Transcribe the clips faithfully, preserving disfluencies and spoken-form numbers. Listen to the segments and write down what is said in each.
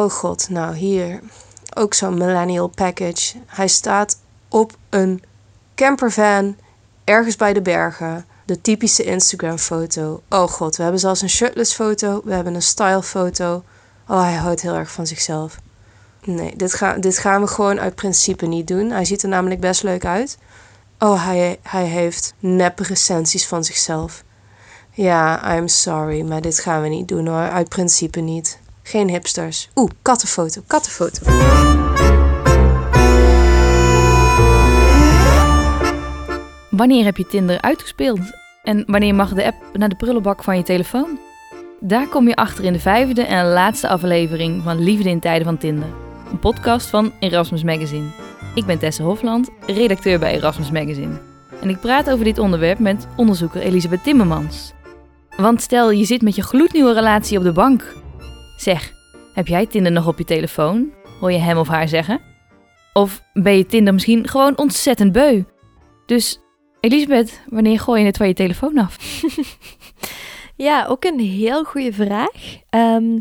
Oh god, nou hier ook zo'n millennial package. Hij staat op een campervan ergens bij de bergen. De typische Instagram foto. Oh god, we hebben zelfs een shirtless foto. We hebben een style foto. Oh, hij houdt heel erg van zichzelf. Nee, dit, ga, dit gaan we gewoon uit principe niet doen. Hij ziet er namelijk best leuk uit. Oh, hij, hij heeft neppe recensies van zichzelf. Ja, I'm sorry, maar dit gaan we niet doen hoor. Uit principe niet. Geen hipsters. Oeh, kattenfoto, kattenfoto. Wanneer heb je Tinder uitgespeeld? En wanneer mag de app naar de prullenbak van je telefoon? Daar kom je achter in de vijfde en laatste aflevering van Liefde in tijden van Tinder. Een podcast van Erasmus Magazine. Ik ben Tessa Hofland, redacteur bij Erasmus Magazine. En ik praat over dit onderwerp met onderzoeker Elisabeth Timmermans. Want stel, je zit met je gloednieuwe relatie op de bank. Zeg, heb jij Tinder nog op je telefoon? Hoor je hem of haar zeggen? Of ben je Tinder misschien gewoon ontzettend beu? Dus, Elisabeth, wanneer gooi je het van je telefoon af? Ja, ook een heel goede vraag. Um,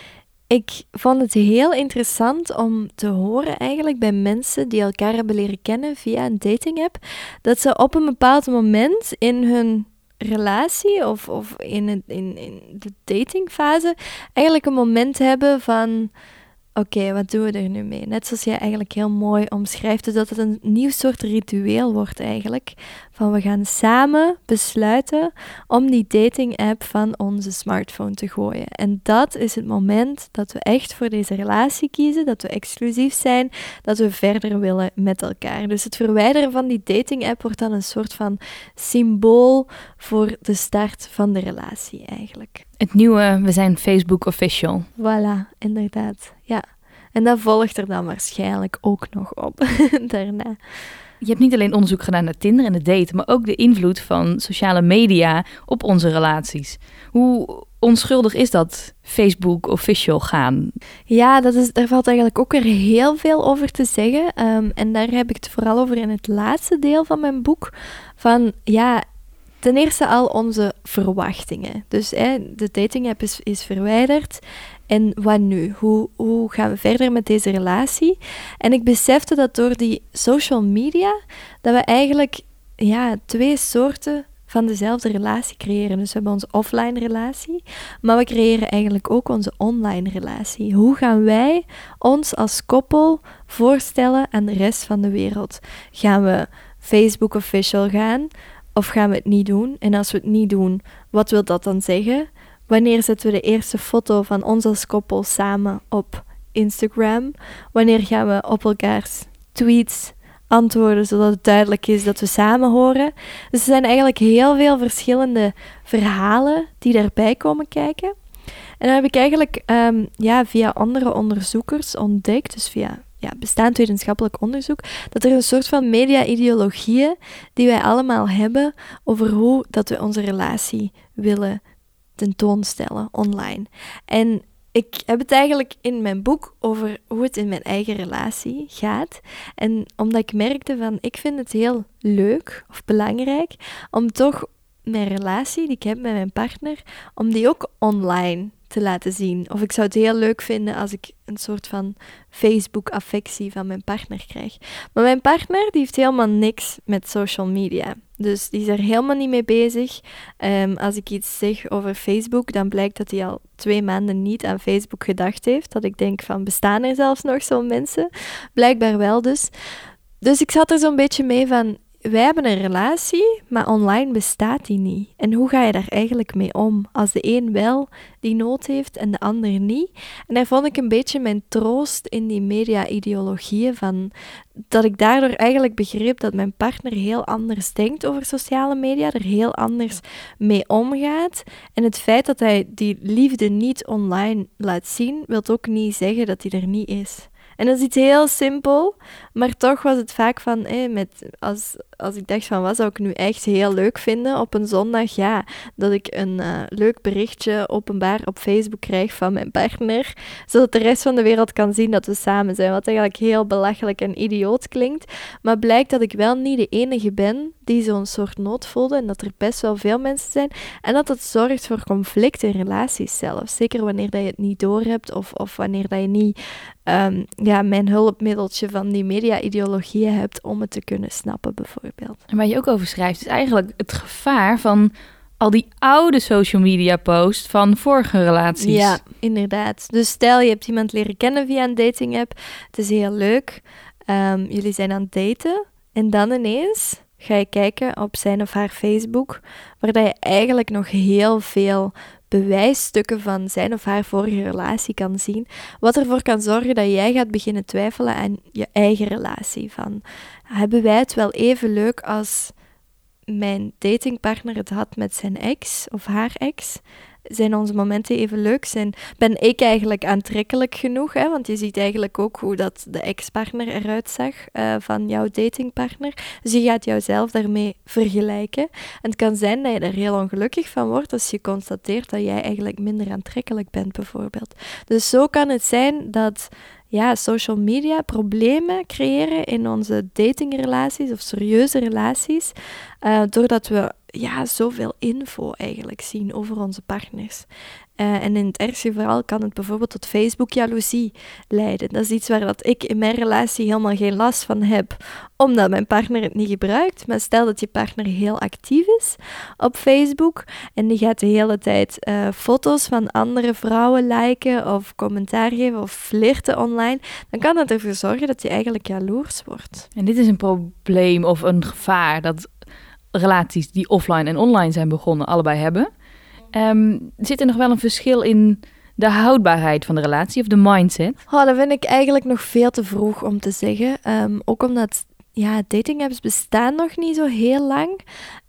ik vond het heel interessant om te horen eigenlijk bij mensen die elkaar hebben leren kennen via een datingapp, dat ze op een bepaald moment in hun relatie of, of in, het, in, in de datingfase eigenlijk een moment hebben van oké, okay, wat doen we er nu mee? Net zoals jij eigenlijk heel mooi omschrijft, dus dat het een nieuw soort ritueel wordt eigenlijk. Van we gaan samen besluiten om die dating-app van onze smartphone te gooien. En dat is het moment dat we echt voor deze relatie kiezen, dat we exclusief zijn, dat we verder willen met elkaar. Dus het verwijderen van die dating-app wordt dan een soort van symbool voor de start van de relatie eigenlijk. Het nieuwe, we zijn Facebook official. Voilà, inderdaad, ja. En dat volgt er dan waarschijnlijk ook nog op, daarna. Je hebt niet alleen onderzoek gedaan naar Tinder en het daten, maar ook de invloed van sociale media op onze relaties. Hoe onschuldig is dat Facebook official gaan? Ja, dat is, daar valt eigenlijk ook weer heel veel over te zeggen. Um, en daar heb ik het vooral over in het laatste deel van mijn boek. Van, ja, ten eerste al onze verwachtingen. Dus hè, de dating-app is, is verwijderd. En wat nu? Hoe, hoe gaan we verder met deze relatie? En ik besefte dat door die social media, dat we eigenlijk ja, twee soorten van dezelfde relatie creëren. Dus we hebben onze offline relatie, maar we creëren eigenlijk ook onze online relatie. Hoe gaan wij ons als koppel voorstellen aan de rest van de wereld? Gaan we Facebook official gaan of gaan we het niet doen? En als we het niet doen, wat wil dat dan zeggen? Wanneer zetten we de eerste foto van ons als koppel samen op Instagram? Wanneer gaan we op elkaars tweets antwoorden, zodat het duidelijk is dat we samen horen? Dus er zijn eigenlijk heel veel verschillende verhalen die daarbij komen kijken. En dan heb ik eigenlijk um, ja, via andere onderzoekers ontdekt, dus via ja, bestaand wetenschappelijk onderzoek, dat er een soort van media-ideologieën die wij allemaal hebben over hoe dat we onze relatie willen tentoonstellen online. En ik heb het eigenlijk in mijn boek over hoe het in mijn eigen relatie gaat. En omdat ik merkte van, ik vind het heel leuk of belangrijk om toch mijn relatie die ik heb met mijn partner, om die ook online te laten zien. Of ik zou het heel leuk vinden als ik een soort van Facebook-affectie van mijn partner krijg. Maar mijn partner die heeft helemaal niks met social media. Dus die is er helemaal niet mee bezig. Um, als ik iets zeg over Facebook, dan blijkt dat hij al twee maanden niet aan Facebook gedacht heeft. Dat ik denk van, bestaan er zelfs nog zo'n mensen? Blijkbaar wel dus. Dus ik zat er zo'n beetje mee van, wij hebben een relatie, maar online bestaat die niet. En hoe ga je daar eigenlijk mee om? Als de een wel die nood heeft en de ander niet. En daar vond ik een beetje mijn troost in die media-ideologieën van dat ik daardoor eigenlijk begreep dat mijn partner heel anders denkt over sociale media, er heel anders mee omgaat. En het feit dat hij die liefde niet online laat zien, wil ook niet zeggen dat hij er niet is. En dat is iets heel simpel, maar toch was het vaak van, eh, met, als, als ik dacht van wat zou ik nu echt heel leuk vinden op een zondag, ja, dat ik een uh, leuk berichtje openbaar op Facebook krijg van mijn partner, zodat de rest van de wereld kan zien dat we samen zijn, wat eigenlijk heel belachelijk en idioot klinkt, maar blijkt dat ik wel niet de enige ben die zo'n soort nood voelde en dat er best wel veel mensen zijn en dat het zorgt voor conflict in relaties zelfs, zeker wanneer dat je het niet doorhebt of, of wanneer dat je niet um, ja, mijn hulpmiddeltje van die media-ideologieën hebt om het te kunnen snappen bijvoorbeeld. En waar je ook over schrijft is eigenlijk het gevaar van al die oude social media posts van vorige relaties. Ja, inderdaad. Dus stel je hebt iemand leren kennen via een dating app, het is heel leuk, um, jullie zijn aan het daten en dan ineens ga je kijken op zijn of haar Facebook, waar dat je eigenlijk nog heel veel bewijsstukken van zijn of haar vorige relatie kan zien, wat ervoor kan zorgen dat jij gaat beginnen twijfelen aan je eigen relatie. Van, hebben wij het wel even leuk als mijn datingpartner het had met zijn ex of haar ex? Zijn onze momenten even leuk? Zijn, ben ik eigenlijk aantrekkelijk genoeg? Hè? Want je ziet eigenlijk ook hoe dat de ex-partner eruit zag uh, van jouw datingpartner. Dus je gaat jouzelf daarmee vergelijken. En het kan zijn dat je er heel ongelukkig van wordt als je constateert dat jij eigenlijk minder aantrekkelijk bent, bijvoorbeeld. Dus zo kan het zijn dat ja, social media problemen creëren in onze datingrelaties of serieuze relaties, uh, doordat we ja, zoveel info eigenlijk zien over onze partners. Uh, en in het ergste geval kan het bijvoorbeeld tot Facebook-jaloezie leiden. Dat is iets waar dat ik in mijn relatie helemaal geen last van heb, omdat mijn partner het niet gebruikt. Maar stel dat je partner heel actief is op Facebook en die gaat de hele tijd uh, foto's van andere vrouwen liken of commentaar geven of flirten online, dan kan het ervoor zorgen dat je eigenlijk jaloers wordt. En dit is een probleem of een gevaar dat relaties die offline en online zijn begonnen allebei hebben. Um, zit er nog wel een verschil in de houdbaarheid van de relatie of de mindset? Oh, dat vind ik eigenlijk nog veel te vroeg om te zeggen. Um, ook omdat ja, dating apps bestaan nog niet zo heel lang.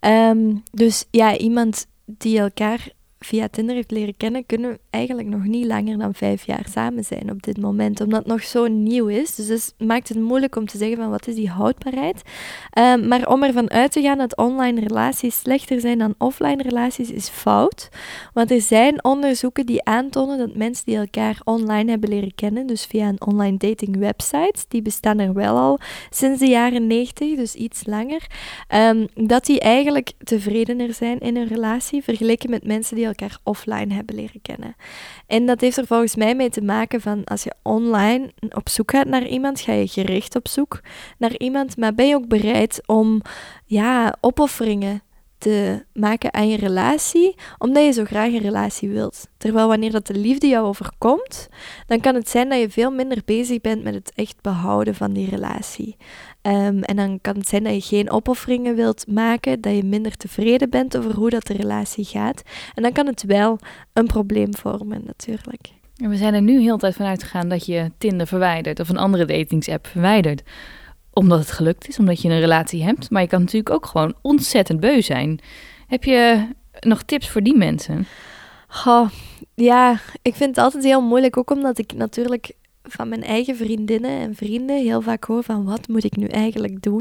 Um, dus ja, iemand die elkaar via Tinder heeft leren kennen, kunnen eigenlijk nog niet langer dan vijf jaar samen zijn op dit moment, omdat het nog zo nieuw is. Dus dat maakt het moeilijk om te zeggen van wat is die houdbaarheid. Um, maar om ervan uit te gaan dat online relaties slechter zijn dan offline relaties is fout. Want er zijn onderzoeken die aantonen dat mensen die elkaar online hebben leren kennen, dus via een online dating website, die bestaan er wel al sinds de jaren negentig, dus iets langer, um, dat die eigenlijk tevredener zijn in hun relatie, vergeleken met mensen die elkaar offline hebben leren kennen. En dat heeft er volgens mij mee te maken van als je online op zoek gaat naar iemand, ga je gericht op zoek naar iemand, maar ben je ook bereid om ja, opofferingen te maken aan je relatie, omdat je zo graag een relatie wilt. Terwijl wanneer dat de liefde jou overkomt, dan kan het zijn dat je veel minder bezig bent met het echt behouden van die relatie. Um, en dan kan het zijn dat je geen opofferingen wilt maken, dat je minder tevreden bent over hoe dat de relatie gaat. En dan kan het wel een probleem vormen, natuurlijk. En we zijn er nu heel de tijd van uitgegaan dat je Tinder verwijdert of een andere datingsapp verwijdert. Omdat het gelukt is, omdat je een relatie hebt. Maar je kan natuurlijk ook gewoon ontzettend beu zijn. Heb je nog tips voor die mensen? Goh, ja, ik vind het altijd heel moeilijk. Ook omdat ik natuurlijk van mijn eigen vriendinnen en vrienden heel vaak hoor van wat moet ik nu eigenlijk doen.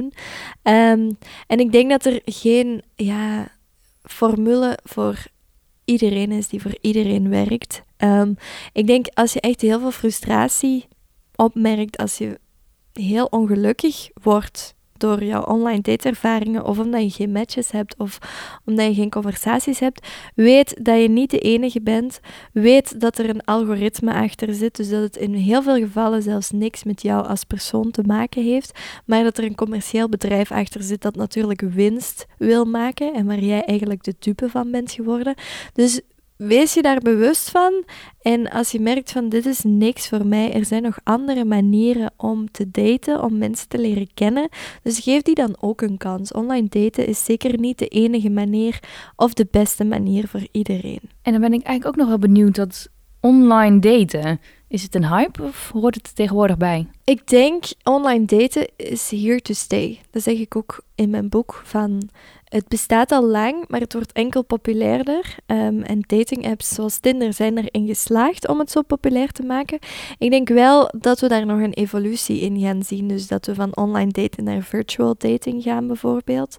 Um, en ik denk dat er geen ja, formule voor iedereen is die voor iedereen werkt. Um, ik denk als je echt heel veel frustratie opmerkt, als je heel ongelukkig wordt door jouw online dateervaringen of omdat je geen matches hebt of omdat je geen conversaties hebt, weet dat je niet de enige bent. Weet dat er een algoritme achter zit, dus dat het in heel veel gevallen zelfs niks met jou als persoon te maken heeft, maar dat er een commercieel bedrijf achter zit dat natuurlijk winst wil maken en waar jij eigenlijk de dupe van bent geworden. Dus wees je daar bewust van en als je merkt van dit is niks voor mij, er zijn nog andere manieren om te daten, om mensen te leren kennen, dus geef die dan ook een kans. Online daten is zeker niet de enige manier of de beste manier voor iedereen. En dan ben ik eigenlijk ook nog wel benieuwd dat online daten, is het een hype of hoort het er tegenwoordig bij? Ik denk online daten is here to stay. Dat zeg ik ook in mijn boek van Het bestaat al lang, maar het wordt enkel populairder. Um, en dating-apps zoals Tinder zijn erin geslaagd om het zo populair te maken. Ik denk wel dat we daar nog een evolutie in gaan zien. Dus dat we van online daten naar virtual dating gaan bijvoorbeeld.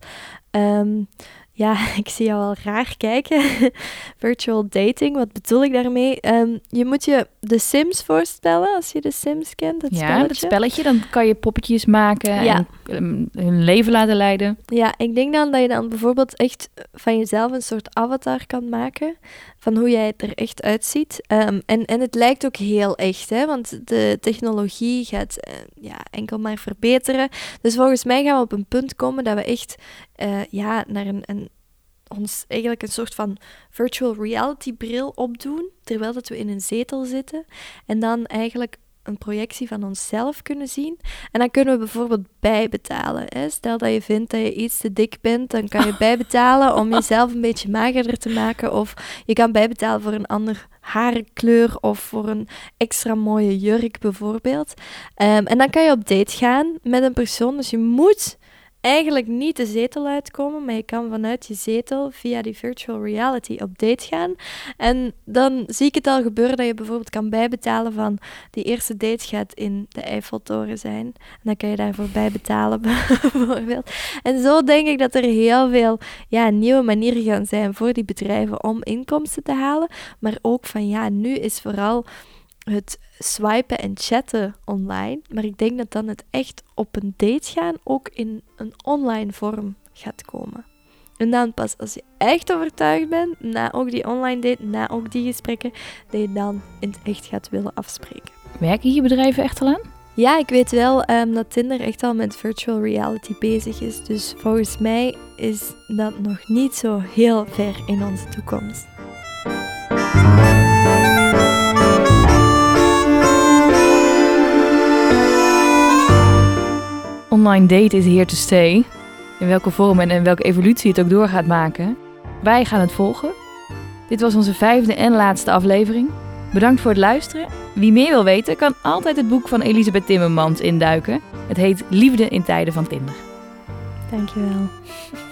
Um, ja, ik zie jou al raar kijken. Virtual dating, wat bedoel ik daarmee? Um, je moet je de Sims voorstellen, als je de Sims kent, het ja, spelletje. dat spelletje, dan kan je poppetjes maken Ja. en um, hun leven laten leiden. Ja, ik denk dan dat je dan bijvoorbeeld echt van jezelf een soort avatar kan maken, van hoe jij er echt uitziet. Um, en, en het lijkt ook heel echt, hè, want de technologie gaat uh, ja, enkel maar verbeteren. Dus volgens mij gaan we op een punt komen dat we echt uh, ja, naar een, een, ons eigenlijk een soort van virtual reality bril opdoen, terwijl dat we in een zetel zitten. En dan eigenlijk een projectie van onszelf kunnen zien. En dan kunnen we bijvoorbeeld bijbetalen. Hè? Stel dat je vindt dat je iets te dik bent, dan kan je bijbetalen om jezelf een beetje magerder te maken. Of je kan bijbetalen voor een ander haarkleur of voor een extra mooie jurk bijvoorbeeld. Um, en dan kan je op date gaan met een persoon. Dus je moet eigenlijk niet de zetel uitkomen, maar je kan vanuit je zetel via die virtual reality op date gaan. En dan zie ik het al gebeuren dat je bijvoorbeeld kan bijbetalen van die eerste date gaat in de Eiffeltoren zijn. En dan kan je daarvoor bijbetalen bijvoorbeeld. En zo denk ik dat er heel veel ja, nieuwe manieren gaan zijn voor die bedrijven om inkomsten te halen. Maar ook van ja, nu is vooral het swipen en chatten online. Maar ik denk dat dan het echt op een date gaan ook in een online vorm gaat komen. En dan pas als je echt overtuigd bent, na ook die online date, na ook die gesprekken, dat je dan in het echt gaat willen afspreken. Werken hier bedrijven echt al aan? Ja, ik weet wel um, dat Tinder echt al met virtual reality bezig is. Dus volgens mij is dat nog niet zo heel ver in onze toekomst. Online date is here to stay. In welke vorm en in welke evolutie het ook door gaat maken. Wij gaan het volgen. Dit was onze vijfde en laatste aflevering. Bedankt voor het luisteren. Wie meer wil weten, kan altijd het boek van Elisabeth Timmermans induiken. Het heet Liefde in tijden van Tinder. Dankjewel.